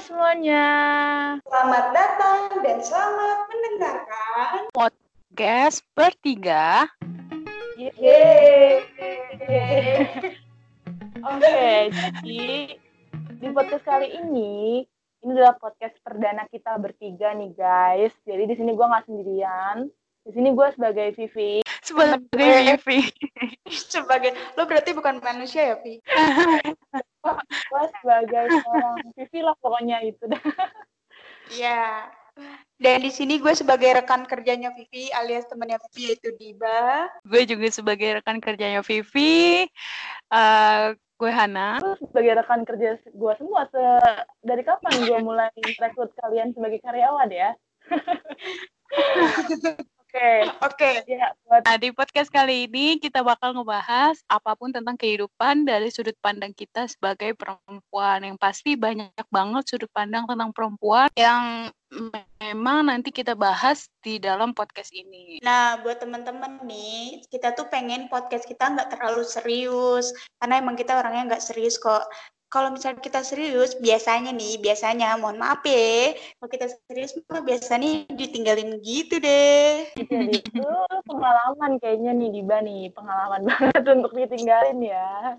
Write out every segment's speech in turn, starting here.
semuanya. Selamat datang dan selamat mendengarkan podcast bertiga. Yeay. Oke, jadi di podcast kali ini adalah podcast perdana kita bertiga nih guys. Jadi di sini gue nggak sendirian. Di sini gue sebagai Vivi. Sebagai Vivi. Lo berarti bukan manusia ya, Vi? Gue sebagai seorang Vivi lah pokoknya itu. Iya. Dan di sini gue sebagai rekan kerjanya Vivi alias temannya Vivi yaitu Diba. Gue juga sebagai rekan kerjanya Vivi. Gue Hana. Terus sebagai rekan kerja gue semua, dari kapan gue mulai rekrut kalian sebagai karyawan ya? Oke. Ya, Nah, di podcast kali ini kita bakal ngebahas apapun tentang kehidupan dari sudut pandang kita sebagai perempuan. Yang pasti banyak banget sudut pandang tentang perempuan yang memang nanti kita bahas di dalam podcast ini. Nah, buat teman-teman nih, kita tuh pengen podcast kita nggak terlalu serius, karena emang kita orangnya nggak serius kok. Kalau misalnya kita serius, biasanya, mohon maaf ya, kalau kita serius biasanya ditinggalin gitu deh. Jadi itu pengalaman kayaknya nih Diba nih, pengalaman banget untuk ditinggalin ya.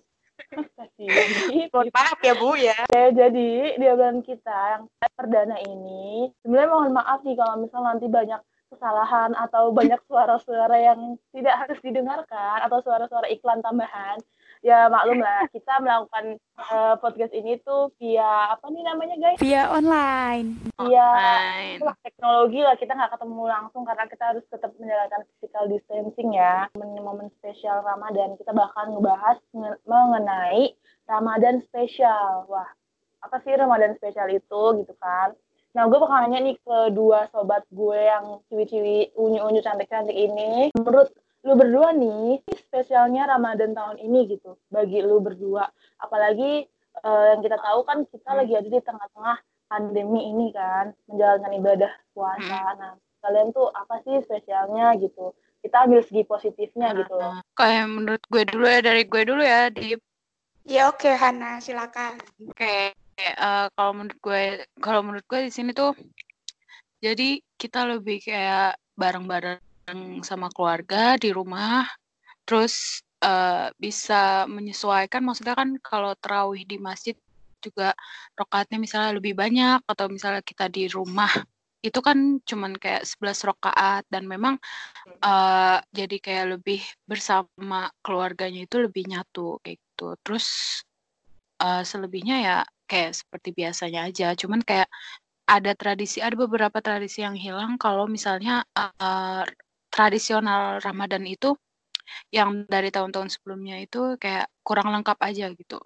Kasihan. Mohon maaf ya Bu ya. Oke, jadi di obrolan kita yang perdana ini, sebenarnya mohon maaf nih kalau misalnya nanti banyak kesalahan atau banyak suara-suara yang tidak harus didengarkan atau suara-suara iklan tambahan. Ya maklum lah, kita melakukan podcast ini tuh via apa nih namanya guys? Via online. Via teknologi lah, kita nggak ketemu langsung karena kita harus tetap menjalankan physical distancing ya. Momen spesial Ramadan, kita bakal ngebahas mengenai Ramadan spesial. Wah, apa sih Ramadan spesial itu gitu kan? Nah, gue bakal nanya nih ke dua sobat gue yang ciwi-ciwi unyu-unyu cantik-cantik ini. Menurut lu berdua nih, spesialnya Ramadan tahun ini gitu, bagi lu berdua. Apalagi yang kita tahu kan kita lagi ada di tengah-tengah pandemi ini kan, menjalankan ibadah puasa. Nah, kalian tuh apa sih spesialnya gitu? Kita ambil segi positifnya gitu loh. Kayak menurut gue dulu ya, dari gue dulu ya, Dip. Ya oke, Hana, silakan. Oke. Kalau menurut gue di sini tuh, jadi kita lebih kayak bareng-bareng sama keluarga di rumah, terus bisa menyesuaikan. Maksudnya kan kalau tarawih di masjid juga rakaatnya misalnya lebih banyak, atau misalnya kita di rumah itu kan cuman kayak 11 rakaat, dan memang jadi kayak lebih bersama keluarganya itu lebih nyatu kayak gitu. Terus selebihnya ya kayak seperti biasanya aja, cuman kayak ada beberapa tradisi yang hilang kalau misalnya tradisional Ramadan itu yang dari tahun-tahun sebelumnya itu kayak kurang lengkap aja gitu.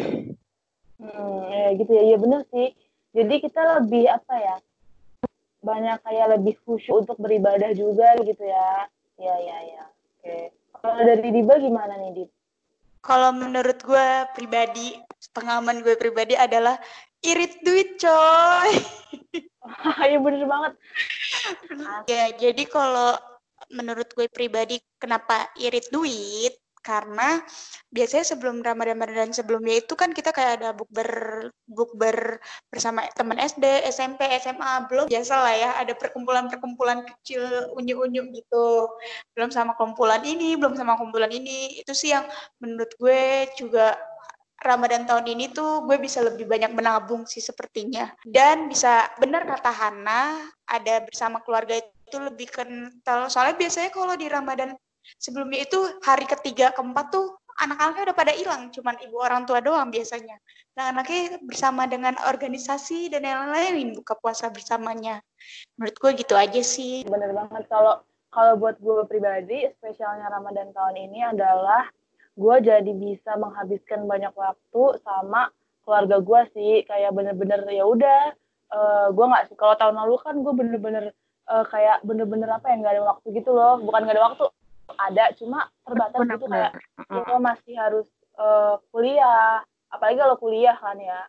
Ya gitu ya, iya bener sih. Jadi kita lebih apa ya, banyak kayak lebih khusyuk untuk beribadah juga gitu ya. Ya. Oke. Kalau dari Diba gimana nih, Dib? Kalau menurut gue pribadi, pengalaman gue pribadi adalah irit duit coy. Iya bener banget. Ya, jadi kalau menurut gue pribadi kenapa irit duit? Karena biasanya sebelum Ramadan sebelumnya itu kan kita kayak ada bukber bersama teman SD, SMP, SMA, belum biasa lah ya, ada perkumpulan kecil unyu-unyu gitu. Belum sama kumpulan ini, itu sih yang menurut gue juga Ramadan tahun ini tuh gue bisa lebih banyak menabung sih sepertinya. Dan bisa benar kata Hana, ada bersama keluarga itu lebih kental. Soalnya biasanya kalau di Ramadan sebelumnya itu hari ketiga, keempat tuh anak-anaknya udah pada hilang. Cuman ibu orang tua doang biasanya. Nah anaknya bersama dengan organisasi dan yang lain buka puasa bersamanya. Menurut gue gitu aja sih. Bener banget. Kalau buat gue pribadi, spesialnya Ramadan tahun ini adalah gue jadi bisa menghabiskan banyak waktu sama keluarga gue sih. Kayak bener-bener ya udah, gue nggak sih. Kalau tahun lalu kan gue bener-bener kayak bener-bener apa ya, nggak ada waktu gitu loh. Bukan nggak ada waktu, ada, cuma terbatas gitu. Kayak gue masih harus kuliah. Apalagi kalau kuliah kan ya,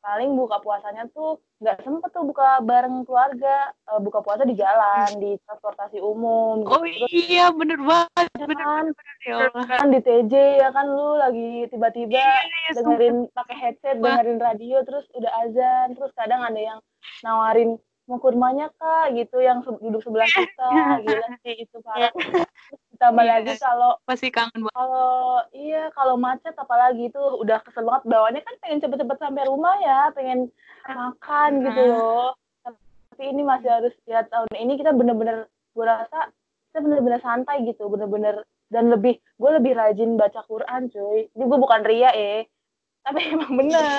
paling buka puasanya tuh nggak sempet tuh buka bareng keluarga, buka puasa di jalan, di transportasi umum gitu. Oh iya, bener banget, bener Kan bener ya Allah. kan di TJ ya kan lu lagi tiba-tiba Iya, dengerin pakai headset, sumpah. dengerin radio, terus udah azan, terus kadang ada yang nawarin mau kurmanya kak gitu yang duduk sebelah kita, gila sih itu parah. Terus ditambah lagi Iya, kalau pasti kangen banget. kalau macet apalagi itu udah kesel banget, bawaannya kan pengen cepet-cepet sampai rumah ya, pengen makan gitu loh. Tapi ini masih harus ya, tahun ini kita bener-bener, gue rasa kita bener-bener santai gitu, bener-bener, dan gue lebih rajin baca Quran cuy. Ini gue bukan ria tapi emang bener.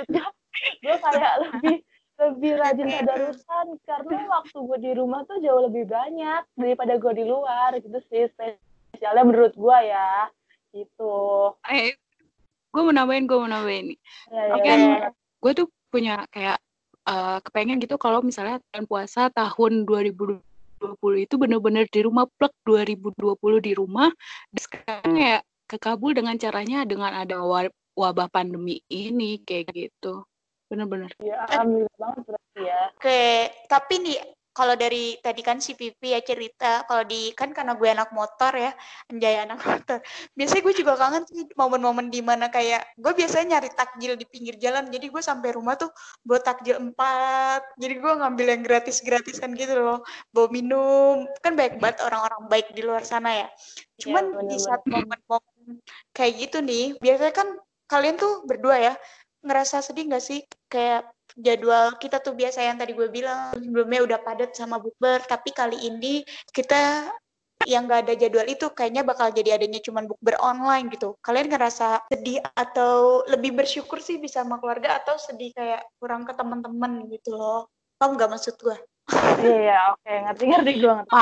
Gue kayak lebih rajin tadarusan karena waktu gue di rumah tuh jauh lebih banyak daripada gue di luar gitu sih, spesialnya menurut gue ya gitu. Gue mau nambahin nih. Ya, Kan ya. gue tuh punya kayak kepengen gitu kalau misalnya bulan puasa tahun 2020 itu bener-bener di rumah, plek 2020 di rumah. Dan sekarang ya kekabul dengan caranya dengan ada wabah pandemi ini kayak gitu. Bener-bener. Ya, alhamdulillah banget berarti ya. Oke, tapi nih kalau dari tadi kan si Pipi ya cerita, kalau di kan karena gue anak motor ya, anjay anak motor. Biasanya gue juga kangen sih momen-momen di mana kayak gue biasanya nyari takjil di pinggir jalan. Jadi gue sampai rumah tuh bawa takjil 4. Jadi gue ngambil yang gratis-gratisan gitu loh. Bawa minum. Kan baik banget orang-orang baik di luar sana ya. Cuman di saat momen-momen kayak gitu nih, biasanya kan kalian tuh berdua ya ngerasa sedih gak sih? Kayak jadwal kita tuh biasa yang tadi gue bilang sebelumnya udah padat sama bukber, tapi kali ini kita yang gak ada jadwal itu kayaknya bakal jadi adanya cuman bukber online gitu. Kalian ngerasa sedih atau lebih bersyukur sih bisa sama keluarga, atau sedih kayak kurang ke teman-teman gitu loh? Paham gak maksud gue? Iya, oke, ngerti gue ngerti.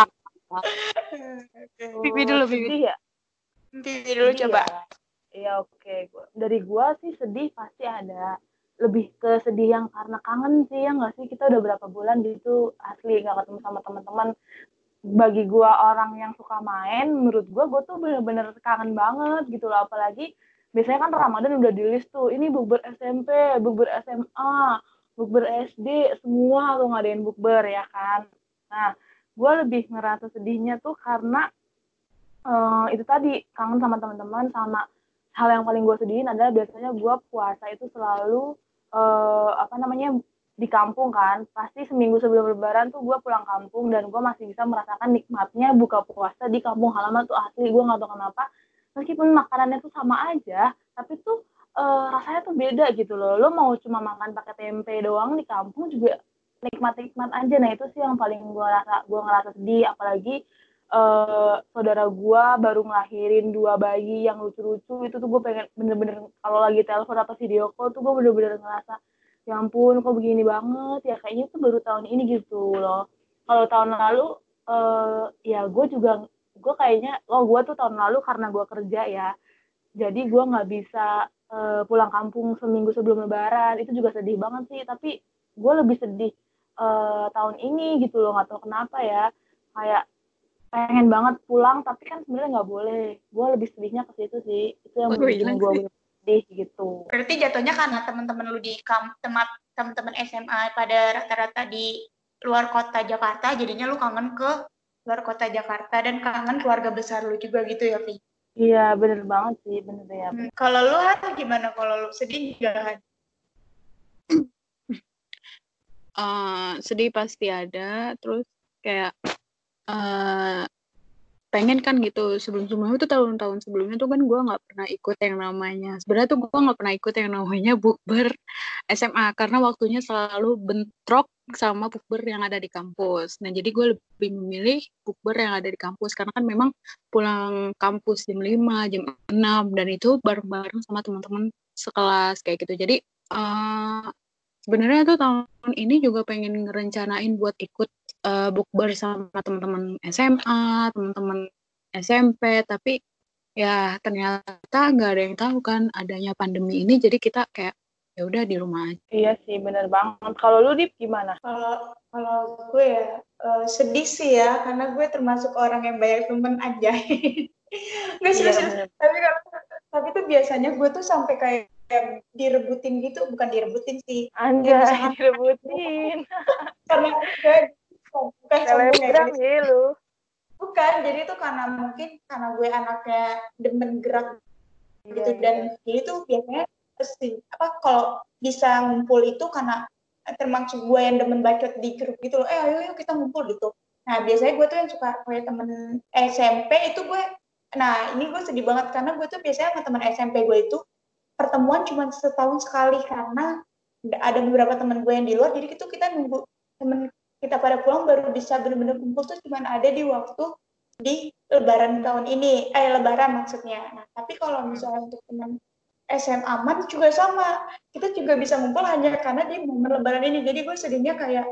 Pipi dulu, Pipi. Sedih ya? Pipi dulu coba. Iya, oke. Dari gue sih sedih pasti ada. Lebih ke sedih yang karena kangen sih, ya nggak sih? Kita udah berapa bulan gitu asli nggak ketemu sama teman-teman. Bagi gue orang yang suka main, menurut gue tuh bener-bener kangen banget gitu loh. Apalagi biasanya kan Ramadan udah di list tuh, ini bukber SMP, bukber SMA, bukber SD, semua tuh ngadain bukber ya kan. Nah, gue lebih ngerasa sedihnya tuh karena itu tadi, kangen sama teman-teman, sama hal yang paling gue sedihin adalah biasanya gue puasa itu selalu di kampung kan, pasti seminggu sebelum lebaran tuh gue pulang kampung dan gue masih bisa merasakan nikmatnya buka puasa di kampung halaman tuh asli. Gue nggak tahu kenapa, meskipun makanannya tuh sama aja, tapi tuh rasanya tuh beda gitu loh. Lo mau cuma makan pakai tempe doang di kampung juga nikmat-nikmat aja. Nah itu sih yang paling gue ngerasa sedih, apalagi saudara gue baru ngelahirin 2 bayi yang lucu-lucu. Itu tuh gue pengen bener-bener kalau lagi telepon atau video call tuh gue bener-bener ngerasa ya ampun kok begini banget ya, kayaknya tuh baru tahun ini gitu loh. Kalau tahun lalu ya gue kayaknya gue tuh tahun lalu karena gue kerja ya, jadi gue nggak bisa pulang kampung seminggu sebelum lebaran. Itu juga sedih banget sih, tapi gue lebih sedih tahun ini gitu loh, nggak tahu kenapa ya, kayak pengen banget pulang tapi kan sebenarnya nggak boleh. Gue lebih sedihnya ke situ sih, itu yang bikin gue sedih gitu. Berarti jatuhnya karena teman-teman lu di teman-teman SMA pada rata-rata di luar kota Jakarta, jadinya lu kangen ke luar kota Jakarta dan kangen keluarga besar lu juga gitu ya, Vi? Iya, bener banget sih, bener ya. Kalau lu gimana? Kalau lu sedih nggak? Sedih pasti ada, terus kayak pengen kan gitu. Sebelum-sebelumnya tuh tahun-tahun sebelumnya tuh kan gue nggak pernah ikut yang namanya, sebenarnya tuh gue nggak pernah ikut yang namanya bukber SMA karena waktunya selalu bentrok sama bukber yang ada di kampus. Nah jadi gue lebih memilih bukber yang ada di kampus karena kan memang pulang kampus jam 5, jam 6 dan itu bareng-bareng sama teman-teman sekelas kayak gitu. Jadi sebenarnya tuh tahun ini juga pengen ngerencanain buat ikut bukber sama teman-teman SMA, teman-teman SMP, tapi ya ternyata nggak ada yang tahu kan adanya pandemi ini, jadi kita kayak ya udah di rumah aja. Iya sih, bener banget. Kalau lu Dip gimana? Kalau gue ya sedih sih ya, karena gue termasuk orang yang banyak temen aja. Nggak serius. Tapi tuh biasanya gue tuh sampai kayak direbutin gitu, bukan direbutin sih. Anjay, Misalkan direbutin. karena bukan sombong ya Selebgram guys. ya lu. Bukan, jadi tuh karena mungkin karena gue anaknya demen gerak gitu dan jadi tuh biasanya kalau bisa ngumpul itu karena termasuk gue yang demen bacot di grup gitu loh, ayo kita ngumpul gitu. Nah biasanya gue tuh yang suka kayak temen SMP itu gue, nah ini gue sedih banget karena gue tuh biasanya sama temen SMP gue itu pertemuan cuma setahun sekali karena ada beberapa temen gue yang di luar, jadi itu kita nunggu temen kita pada pulang baru bisa bener-bener kumpul tuh cuma ada di waktu di lebaran tahun ini, lebaran maksudnya. Nah tapi kalau misalnya untuk teman SMA man juga sama, kita juga bisa ngumpul hanya karena di momen lebaran ini. Jadi gue sedihnya kayak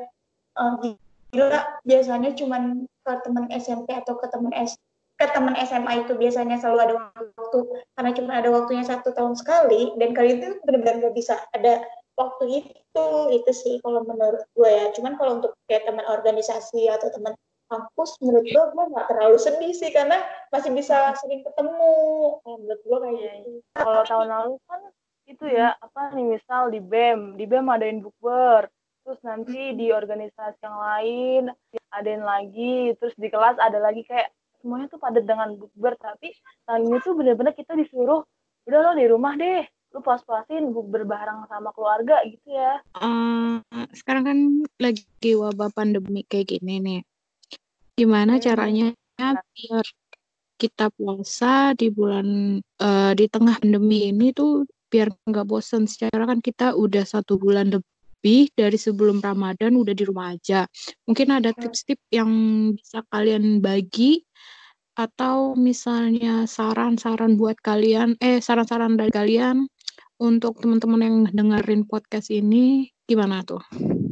gila, biasanya cuman ke teman SMP atau ke teman SMA itu biasanya selalu ada waktu, karena cuma ada waktunya 1 tahun sekali, dan kali itu benar-benar gak bisa ada waktu itu sih kalau menurut gue ya. Cuman kalau untuk kayak teman organisasi atau teman kampus, menurut gue nggak terlalu sedih sih karena masih bisa sering ketemu. Menurut gue kayak gitu. Kalau tahun lalu kan itu ya, apa nih, misal di BEM adain bukber, terus nanti di organisasi yang lain adain lagi, terus di kelas ada lagi, kayak semuanya tuh padat dengan bukber. Tapi tahun ini tuh bener-bener kita disuruh, udah lo di rumah deh, lu puas-puasin bukber bareng sama keluarga gitu ya. Sekarang kan lagi wabah pandemi kayak gini nih. Gimana caranya biar kita puasa di bulan di tengah pandemi ini tuh biar nggak bosan. Secara kan kita udah 1 bulan lebih dari sebelum Ramadan udah di rumah aja. Mungkin ada tips-tips yang bisa kalian bagi atau misalnya saran-saran buat kalian, saran-saran dari kalian untuk teman-teman yang dengerin podcast ini gimana tuh?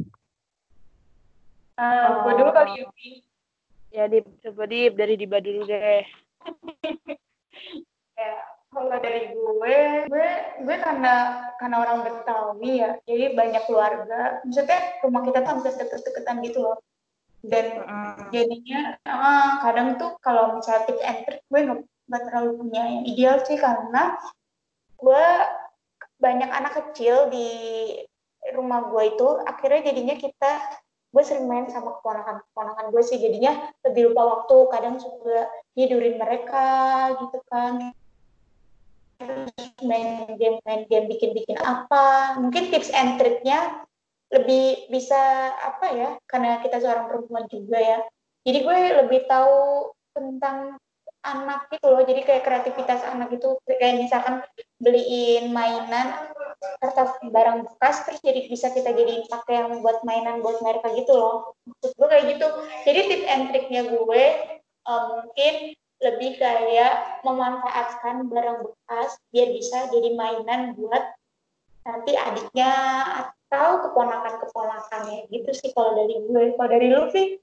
Gue dulu kali ya. Ya, coba dari Diba dulu deh. Ya, kalau dari gue karena orang Betawi ya, jadi banyak keluarga. Maksudnya rumah kita tuh hampir deket-deketan gitu loh. Dan jadinya kadang tuh kalau misalnya tips and trick gue nggak terlalu punya yang ideal sih, karena gue banyak anak kecil di rumah gue itu, akhirnya jadinya gue sering main sama keponakan gue sih, jadinya lebih lupa waktu, kadang suka tidurin mereka gitu kan, main game bikin apa. Mungkin tips and triknya lebih bisa apa ya, karena kita seorang perempuan juga ya, jadi gue lebih tahu tentang anak gitu loh, jadi kayak kreativitas anak itu, kayak misalkan beliin mainan atau barang bekas terus jadi bisa kita jadiin pakaian buat mainan buat mereka gitu loh, maksud gue kayak gitu. Jadi tips and triknya gue mungkin lebih kayak memanfaatkan barang bekas biar bisa jadi mainan buat nanti adiknya atau keponakan-keponakannya gitu sih kalau dari gue. Kalau dari lu sih?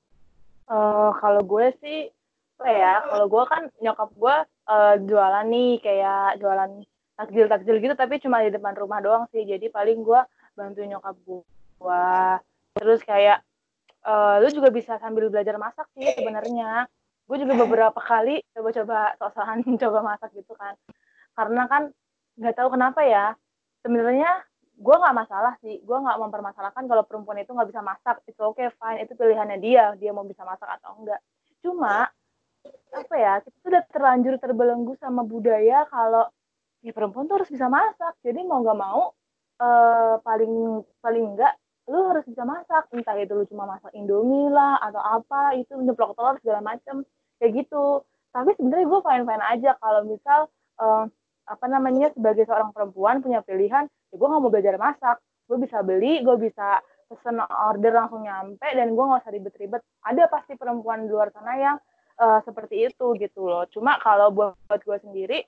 Kalau gue sih, apa ya, kalau gue kan nyokap gue jualan nih, kayak jualan takjil gitu, tapi cuma di depan rumah doang sih. Jadi paling gue bantu nyokap gue. Terus kayak lu juga bisa sambil belajar masak sih sebenarnya. Gue juga beberapa kali coba-coba sok-sokan coba masak gitu kan. Karena kan nggak tahu kenapa ya, sebenarnya gue nggak masalah sih, gue nggak mempermasalahkan kalau perempuan itu nggak bisa masak, itu oke, fine, itu pilihannya dia mau bisa masak atau enggak. Cuma apa ya, kita sudah terlanjur terbelenggu sama budaya kalau ya perempuan tuh harus bisa masak, jadi mau nggak mau paling paling enggak lu harus bisa masak, entah itu lu cuma masak Indomie lah atau apa, itu nyeplok telur segala macem kayak gitu. Tapi sebenarnya gue fine aja kalau misal apa namanya, sebagai seorang perempuan punya pilihan, ya gue nggak mau belajar masak, gue bisa beli, gue bisa pesen order langsung nyampe, dan gue nggak usah ribet-ribet. Ada pasti perempuan di luar sana yang seperti itu gitu loh. Cuma kalau buat gue sendiri,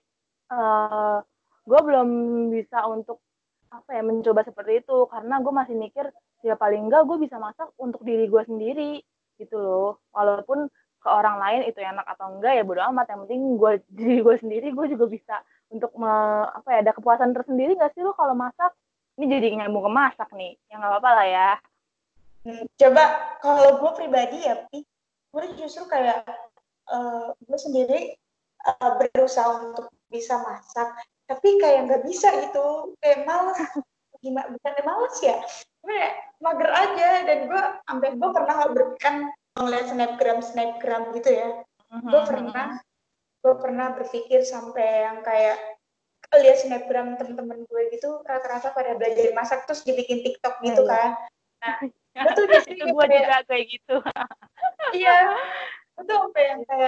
gue belum bisa untuk apa ya, mencoba seperti itu, karena gue masih mikir ya paling enggak gue bisa masak untuk diri gue sendiri gitu loh. Walaupun ke orang lain itu enak atau enggak ya bodo amat, yang penting gue diri gue sendiri gue juga bisa untuk apa ya, ada kepuasan tersendiri nggak sih lo kalau masak. Ini jadi nyambung ke masak nih, ya nggak apa-apa lah ya. Coba kalau gue pribadi ya, gue justru kayak gue sendiri berusaha untuk bisa masak, tapi kayak nggak bisa gitu, kayak males, gimana, bukan males ya, kayak mager aja. Dan gue pernah kan ngeliat snapgram gitu ya, gue pernah berpikir sampai yang kayak lihat snapgram temen-temen gue gitu, rata-rata pada belajar masak terus dibikin TikTok gitu kan. Nah, gue tuh justru itu gue juga kayak gitu. iya, gue tuh sampai yang kayak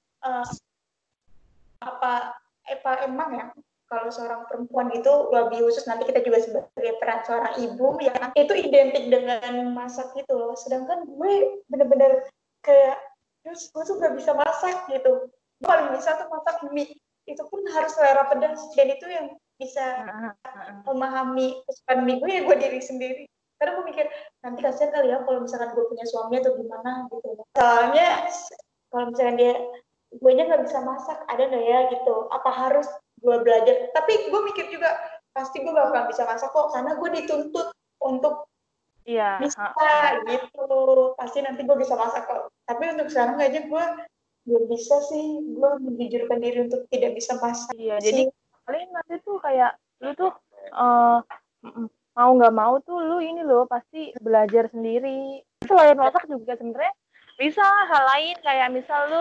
apa emang ya kalau seorang perempuan itu, lebih khusus nanti kita juga sebagai peran seorang ibu ya, itu identik dengan masak gitu loh. Sedangkan gue bener-bener kayak, terus gue tuh gak bisa masak gitu. Gue paling bisa tuh masak mie, itu pun harus selera pedas, dan itu yang bisa memahami kesukaan mie gue ya gue diri sendiri. Karena gue mikir, nanti kasihan kali ya kalau misalkan gue punya suami atau gimana gitu. Soalnya kalau misalkan gue nya nggak bisa masak, ada nggak ya gitu, apa harus gue belajar. Tapi gue mikir juga, pasti gue gak akan bisa masak kok, karena gue dituntut untuk bisa gitu, pasti nanti gue bisa masak kok. Tapi untuk sekarang aja gue belum bisa sih, gue menjujurkan diri untuk tidak bisa masak. Iya, jadi paling nanti tuh kayak lu tuh mau nggak mau tuh lu ini loh pasti belajar sendiri. Selain masak juga sebenarnya bisa hal lain, kayak misal lu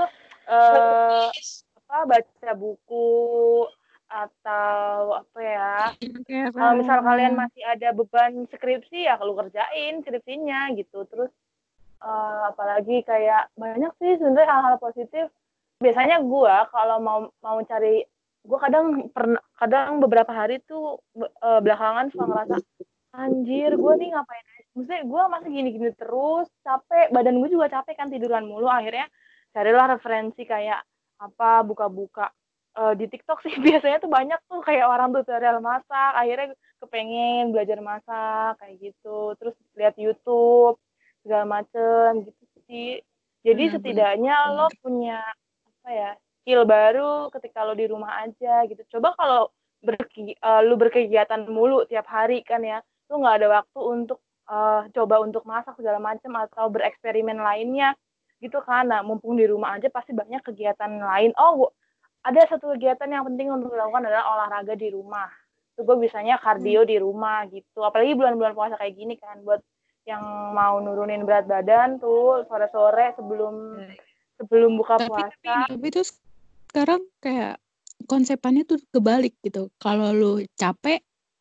baca buku atau apa ya. Kalau misal kalian masih ada beban skripsi ya lu kerjain skripsinya gitu. Terus apalagi kayak banyak sih sebenarnya hal-hal positif. Biasanya gue kalau mau cari, gue kadang beberapa hari tuh belakangan suka ngerasa anjir gue nih ngapain aja, maksudnya gue masih gini-gini terus, capek, badan gue juga capek kan tiduran mulu. Akhirnya carilah referensi kayak apa, buka-buka di TikTok sih biasanya tuh banyak tuh kayak orang tutorial masak, akhirnya kepengen belajar masak kayak gitu. Terus lihat YouTube segala macem gitu sih. Jadi setidaknya lo punya apa ya, skill baru ketika lo di rumah aja gitu. Coba kalau lu berkegiatan mulu tiap hari kan ya, lu nggak ada waktu untuk coba untuk masak segala macam atau bereksperimen lainnya gitu kan. Nah, mumpung di rumah aja pasti banyak kegiatan lain. Oh, ada satu kegiatan yang penting untuk dilakukan adalah olahraga di rumah. Itu gue biasanya kardio di rumah gitu. Apalagi bulan-bulan puasa kayak gini kan, buat yang mau nurunin berat badan tuh sore-sore sebelum buka puasa. Tapi itu sekarang kayak konsepannya tuh kebalik gitu. Kalau lu capek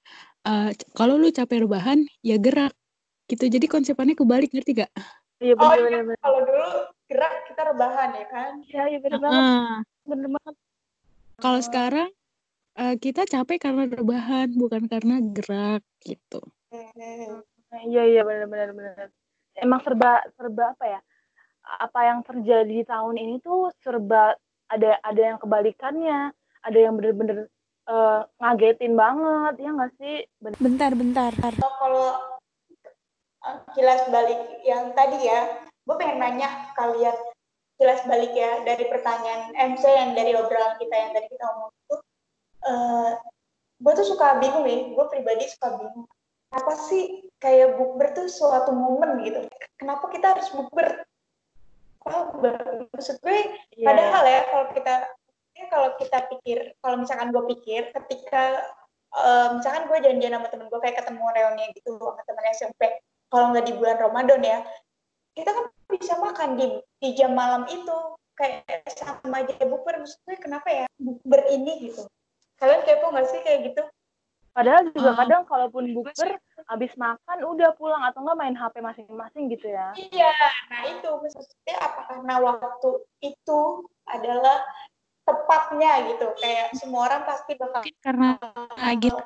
rebahan ya gerak gitu. Jadi konsepannya kebalik, ngerti gak? Iya benar. Kalau dulu gerak kita rebahan ya kan? Iya benar banget. Bener banget. Kalau sekarang kita capek karena rebahan, bukan karena gerak gitu. Iya benar. Emang serba apa ya? Apa yang terjadi di tahun ini tuh serba ada yang kebalikannya, ada yang bener-bener ngagetin banget, ya nggak sih? Bentar. Kalau kilas balik yang tadi ya, gue pengen nanya kalian kilas balik ya dari pertanyaan MC yang dari obrolan kita yang tadi kita ngomong itu, gue tuh suka bingung nih, gue pribadi suka bingung, apa sih kayak bukber tuh suatu momen gitu, kenapa kita harus bukber? Maksud gue padahal ya kalau kita pikir, kalau misalkan gue pikir ketika misalkan gue janjian sama temen gue kayak ketemu reuni gitu sama temen SMP, kalau nggak di bulan Ramadan ya, kita kan bisa makan di jam malam itu, kayak sama aja bukber. Maksudnya kenapa ya bukber ini gitu, kalian kepo nggak sih kayak gitu? Padahal juga kadang kalaupun bukber abis makan udah pulang atau enggak main HP masing-masing gitu ya. Iya, nah itu maksudnya apa karena waktu itu adalah tepatnya gitu, kayak semua orang pasti bakal karena gitu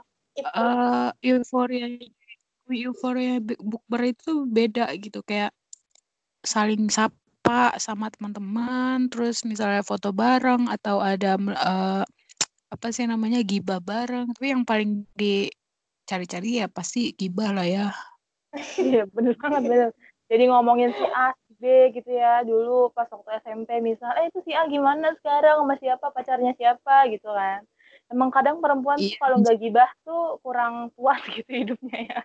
euforia bukber itu beda gitu, kayak saling sapa sama teman-teman, terus misalnya foto bareng atau ada apa sih namanya gibah bareng. Tapi yang paling dicari-cari ya pasti gibah lah ya. Iya bener banget. Jadi ngomongin si A, si B gitu ya, dulu pas waktu SMP misal, itu si A gimana sekarang, sama siapa, pacarnya siapa gitu kan. Emang kadang perempuan tuh kalau nggak gibah tuh kurang puas gitu hidupnya ya.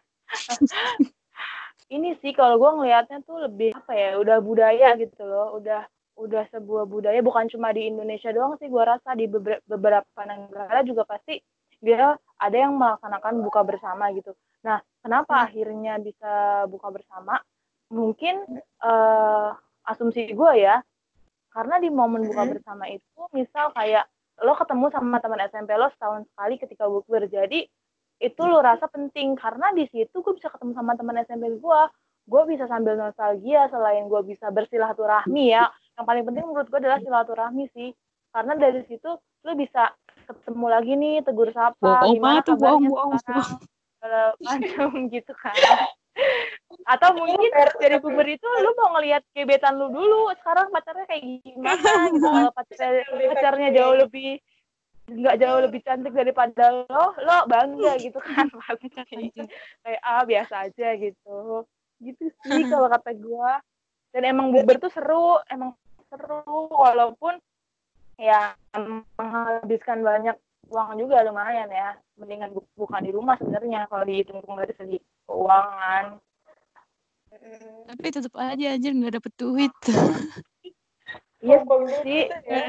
Ini sih kalau gue ngelihatnya tuh lebih apa ya, udah budaya gitu loh, udah sebuah budaya, bukan cuma di Indonesia doang sih, gue rasa di beberapa negara juga pasti dia ada yang melaksanakan buka bersama gitu. Nah, kenapa akhirnya bisa buka bersama? Mungkin asumsi gue ya, karena di momen buka bersama itu, misal kayak lo ketemu sama teman SMP lo setahun sekali ketika bukber, jadi itu lo rasa penting karena di situ gue bisa ketemu sama teman SMP gue bisa sambil nostalgia, selain gue bisa bersilaturahmi ya, yang paling penting menurut gue adalah silaturahmi sih, karena dari situ lo bisa ketemu lagi nih, tegur sapa, gimana kabarnya sekarang, macam gitu kan. Atau mungkin dari puber itu lu mau ngelihat gebetan lu dulu, sekarang pacarnya kayak gimana gitu. Kalau pacarnya jauh lebih nggak jauh lebih cantik daripada lo bangga gitu kan. Kayak biasa aja gitu sih kalau kata gue. Dan emang bukber tuh seru walaupun ya menghabiskan banyak uang juga lumayan ya, mendingan bukan di rumah sebenarnya kalau dihitung-hitung dari segi keuangan. Tapi tetap aja anjir nggak dapet duit. Iya sih,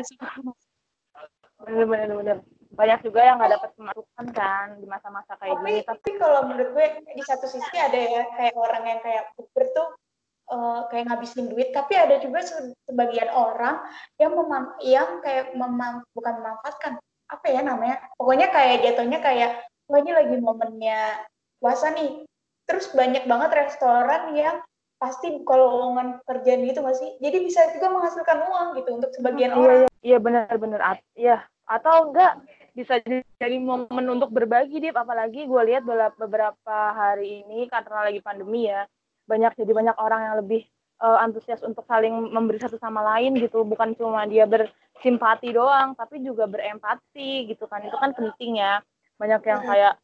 bener. Banyak juga yang nggak dapat pemasukan kan di masa-masa kayak gini. Tapi kalau menurut gue di satu sisi ada ya kayak orang yang kayak bukber tuh kayak ngabisin duit, tapi ada juga sebagian orang yang kayak bukan memanfaatkan, apa ya namanya, pokoknya kayak jatuhnya kayak ini lagi momennya puasa nih, terus banyak banget restoran yang pasti buka lowongan pekerjaan gitu nggak sih, jadi bisa juga menghasilkan uang gitu untuk sebagian orang. Iya benar ya, atau enggak bisa jadi momen untuk berbagi, Dip. Apalagi gue lihat beberapa hari ini karena lagi pandemi ya, banyak orang yang lebih antusias untuk saling memberi satu sama lain gitu, bukan cuma dia bersimpati doang tapi juga berempati gitu kan, itu kan penting ya. Banyak yang kayak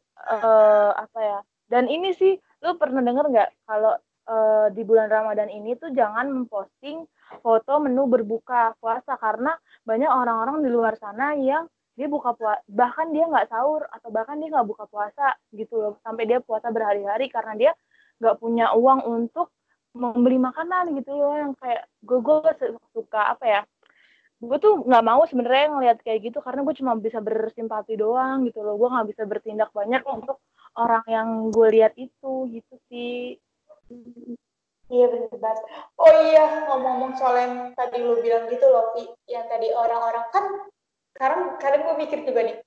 apa ya, dan ini sih lu pernah denger nggak kalau di bulan Ramadan ini tuh jangan memposting foto menu berbuka puasa, karena banyak orang-orang di luar sana yang dia buka puasa, bahkan dia nggak sahur atau bahkan dia nggak buka puasa gitu loh, sampai dia puasa berhari-hari karena dia nggak punya uang untuk membeli makanan gitu loh. Yang kayak gue suka apa ya, gue tuh nggak mau sebenarnya ngelihat kayak gitu, karena gue cuma bisa bersimpati doang gitu loh, gue nggak bisa bertindak banyak untuk orang yang gue lihat itu gitu sih. Iya benar banget. Oh iya, ngomong-ngomong soal yang tadi lu bilang gitu loh, Vi, yang tadi orang-orang kan sekarang kadang gue mikir juga nih,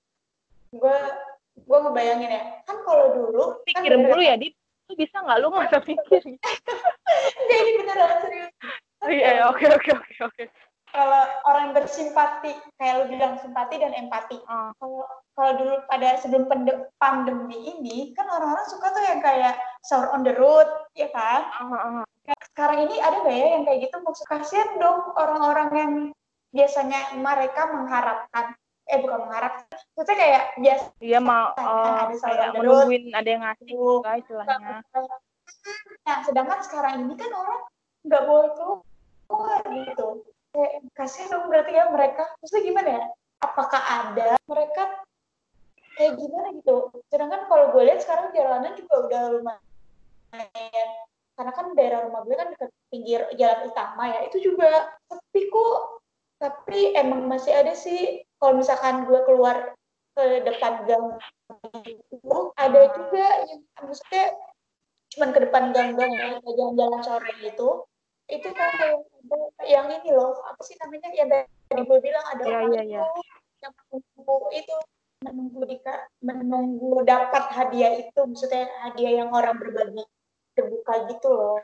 gue ngebayangin ya, kan kalau dulu pikir kan dulu ya, Dip, lu bisa nggak lu nggak usah pikir gitu. Jadi beneran serius. Oh iya, oke. Kalau orang bersimpati, kayak lu bilang simpati dan empati. Kalau dulu pada sebelum pandemi ini, kan orang-orang suka tuh yang kayak sahur on the road, ya kan? Sekarang ini ada nggak ya yang kayak gitu? Maksud kasihan dong orang-orang yang biasanya mereka mengharapkan, bukan mengharapkan, maksudnya kayak biasa. Iya mau ada kayak menungguin ada yang ngasih guys istilahnya. Nah, sedangkan sekarang ini kan orang nggak boleh keluar gitu. Kayak kasihan dong berarti ya mereka. Maksudnya gimana ya? Apakah ada mereka kayak gimana gitu? Sedangkan kalau gue lihat sekarang jalanan juga udah lumayan, karena kan daerah rumah gue kan dekat pinggir jalan utama ya, itu juga sepi kok. Tapi emang masih ada sih, kalau misalkan gue keluar ke depan gang itu, ada juga yang maksudnya cuman ke depan gang doang ya, kayak jalan-jalan sore gitu. Itu kan kayak yang ini loh, apa sih namanya, yang tadi gue bilang ada orang itu yang menunggu dapat hadiah itu, maksudnya hadiah yang orang berbagi terbuka gitu loh.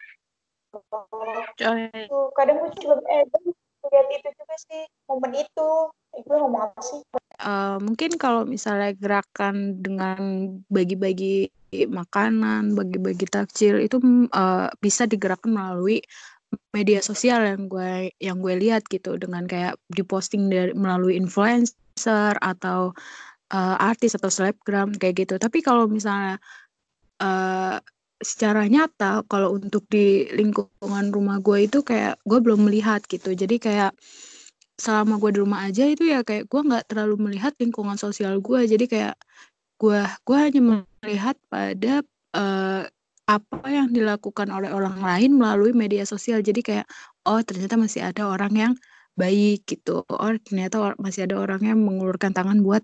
Kadang gue juga lihat itu juga sih, momen itu. Gue ngomong apa sih? Mungkin kalau misalnya gerakan dengan bagi-bagi makanan, bagi-bagi takjil itu bisa digerakkan melalui media sosial yang gue lihat gitu, dengan kayak diposting melalui influencer atau artis atau selebgram kayak gitu. Tapi kalau misalnya secara nyata, kalau untuk di lingkungan rumah gue itu kayak gue belum melihat gitu. Jadi kayak selama gue di rumah aja itu ya kayak gue nggak terlalu melihat lingkungan sosial gue. Jadi kayak gue hanya melihat pada apa yang dilakukan oleh orang lain melalui media sosial. Jadi kayak oh ternyata masih ada orang yang baik gitu. Oh ternyata masih ada orang yang mengulurkan tangan buat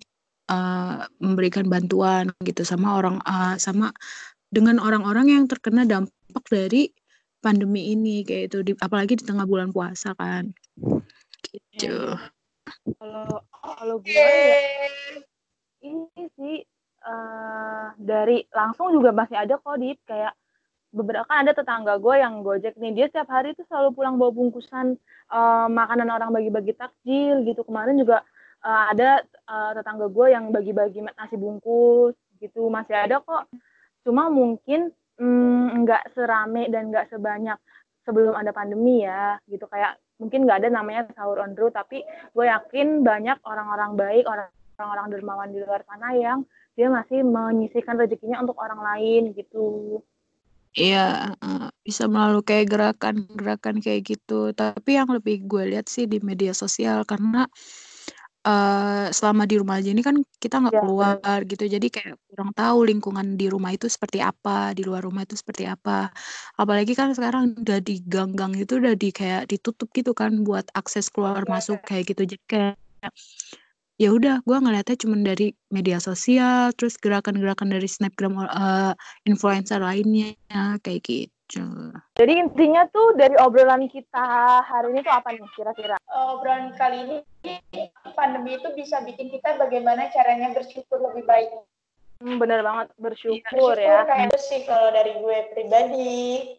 memberikan bantuan gitu sama dengan orang-orang yang terkena dampak dari pandemi ini kayak itu apalagi di tengah bulan puasa kan gitu. Kalau gue ya ini sih dari langsung juga masih ada kok kayak beberapa kan ada tetangga gue yang Gojek nih, dia setiap hari tuh selalu pulang bawa bungkusan makanan orang bagi-bagi takjil gitu. Kemarin juga ada tetangga gue yang bagi-bagi nasi bungkus gitu, masih ada kok. Cuma mungkin nggak serame dan nggak sebanyak sebelum ada pandemi ya gitu. Kayak mungkin nggak ada namanya sahur on the road, tapi gue yakin banyak orang-orang baik, orang-orang dermawan di luar sana yang dia masih menyisihkan rezekinya untuk orang lain gitu. Iya, bisa melalui kayak gerakan-gerakan kayak gitu. Tapi yang lebih gue lihat sih di media sosial karena selama di rumah aja ini kan kita nggak keluar gitu. Jadi kayak kurang tahu lingkungan di rumah itu seperti apa, di luar rumah itu seperti apa. Apalagi kan sekarang udah di gang-gang itu udah kayak ditutup gitu kan buat akses keluar masuk kayak gitu. Jadi kayak ya udah gue ngeliatnya cuma dari media sosial terus gerakan-gerakan dari snapgram influencer lainnya kayak gitu. Jadi intinya tuh dari obrolan kita hari ini tuh apa nih kira-kira? Obrolan kali ini pandemi itu bisa bikin kita bagaimana caranya bersyukur lebih baik. Bener banget, bersyukur ya. Kayak itu sih kalau dari gue pribadi.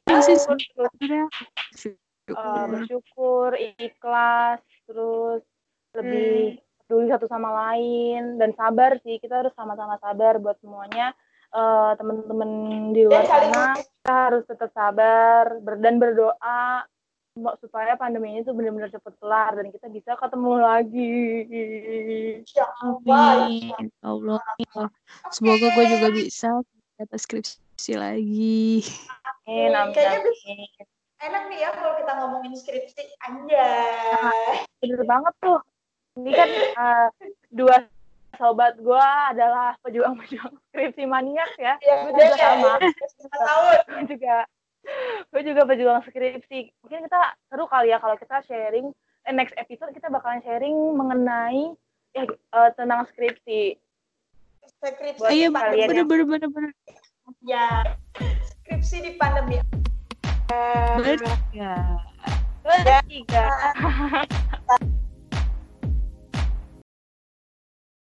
Bersyukur, ikhlas, terus lebih peduli satu sama lain dan sabar sih. Kita harus sama-sama sabar buat semuanya. Teman-teman di luar sana kita harus tetap sabar dan berdoa supaya pandemi ini tuh benar-benar cepat kelar dan kita bisa ketemu lagi. Amin. Allah. Semoga gue juga bisa atas skripsi lagi. Amin. Enak nih ya kalau kita ngomongin skripsi aja. Bener banget tuh. Ini kan dua sobat gue adalah pejuang-pejuang skripsi maniak ya. Gue juga sama. Gue juga pejuang skripsi. Mungkin kita seru kali ya kalau kita sharing. Next episode kita bakalan sharing mengenai tentang skripsi. Iya, bener. Ya, skripsi di pandemi. Bener ya. 3